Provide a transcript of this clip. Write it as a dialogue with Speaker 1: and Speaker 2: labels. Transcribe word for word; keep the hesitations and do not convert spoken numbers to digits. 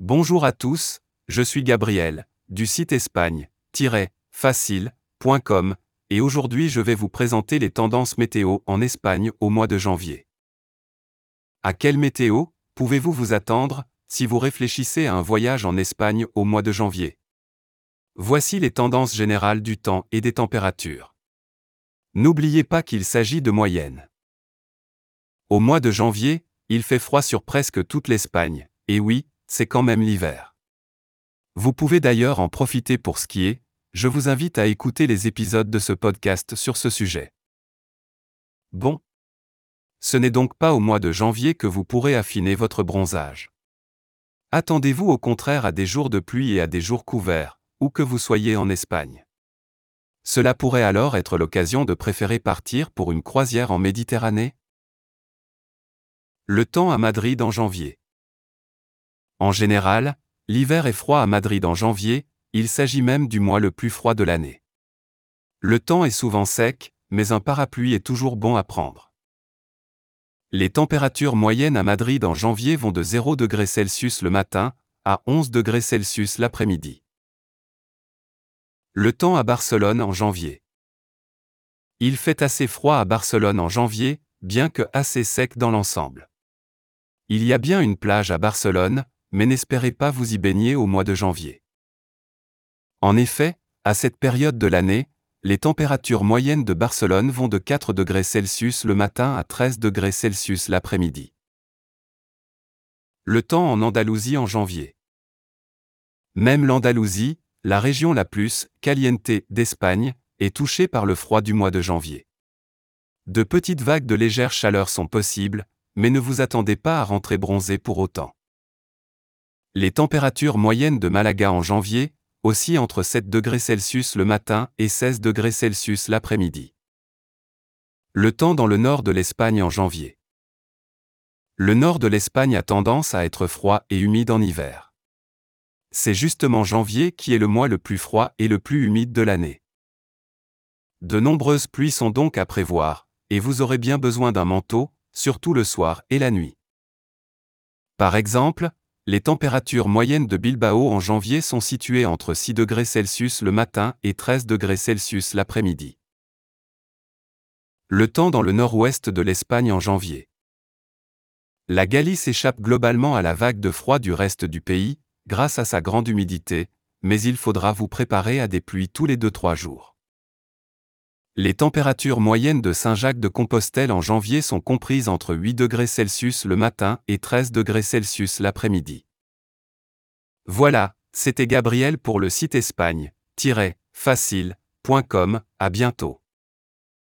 Speaker 1: Bonjour à tous, je suis Gabriel, du site espagne tiret facile point com, et aujourd'hui je vais vous présenter les tendances météo en Espagne au mois de janvier. À quelle météo pouvez-vous vous attendre si vous réfléchissez à un voyage en Espagne au mois de janvier? Voici les tendances générales du temps et des températures. N'oubliez pas qu'il s'agit de moyennes. Au mois de janvier, il fait froid sur presque toute l'Espagne, et oui, c'est quand même l'hiver. Vous pouvez d'ailleurs en profiter pour skier, je vous invite à écouter les épisodes de ce podcast sur ce sujet. Bon. Ce n'est donc pas au mois de janvier que vous pourrez affiner votre bronzage. Attendez-vous au contraire à des jours de pluie et à des jours couverts, où que vous soyez en Espagne. Cela pourrait alors être l'occasion de préférer partir pour une croisière en Méditerranée? Le temps à Madrid en janvier. En général, l'hiver est froid à Madrid en janvier, il s'agit même du mois le plus froid de l'année. Le temps est souvent sec, mais un parapluie est toujours bon à prendre. Les températures moyennes à Madrid en janvier vont de zéro degré Celsius le matin à onze degrés Celsius l'après-midi. Le temps à Barcelone en janvier. Il fait assez froid à Barcelone en janvier, bien que assez sec dans l'ensemble. Il y a bien une plage à Barcelone, mais n'espérez pas vous y baigner au mois de janvier. En effet, à cette période de l'année, les températures moyennes de Barcelone vont de quatre degrés Celsius le matin à treize degrés Celsius l'après-midi. Le temps en Andalousie en janvier. Même l'Andalousie, la région la plus caliente d'Espagne, est touchée par le froid du mois de janvier. De petites vagues de légère chaleur sont possibles, mais ne vous attendez pas à rentrer bronzé pour autant. Les températures moyennes de Malaga en janvier oscillent entre sept degrés Celsius le matin et seize degrés Celsius l'après-midi. Le temps dans le nord de l'Espagne en janvier. Le nord de l'Espagne a tendance à être froid et humide en hiver. C'est justement janvier qui est le mois le plus froid et le plus humide de l'année. De nombreuses pluies sont donc à prévoir, et vous aurez bien besoin d'un manteau, surtout le soir et la nuit. Par exemple, les températures moyennes de Bilbao en janvier sont situées entre six degrés Celsius le matin et treize degrés Celsius l'après-midi. Le temps dans le nord-ouest de l'Espagne en janvier. La Galice échappe globalement à la vague de froid du reste du pays, grâce à sa grande humidité, mais il faudra vous préparer à des pluies tous les deux à trois jours. Les températures moyennes de Saint-Jacques-de-Compostelle en janvier sont comprises entre huit degrés Celsius le matin et treize degrés Celsius l'après-midi. Voilà, c'était Gabriel pour le site espagne tiret facile point com, à bientôt.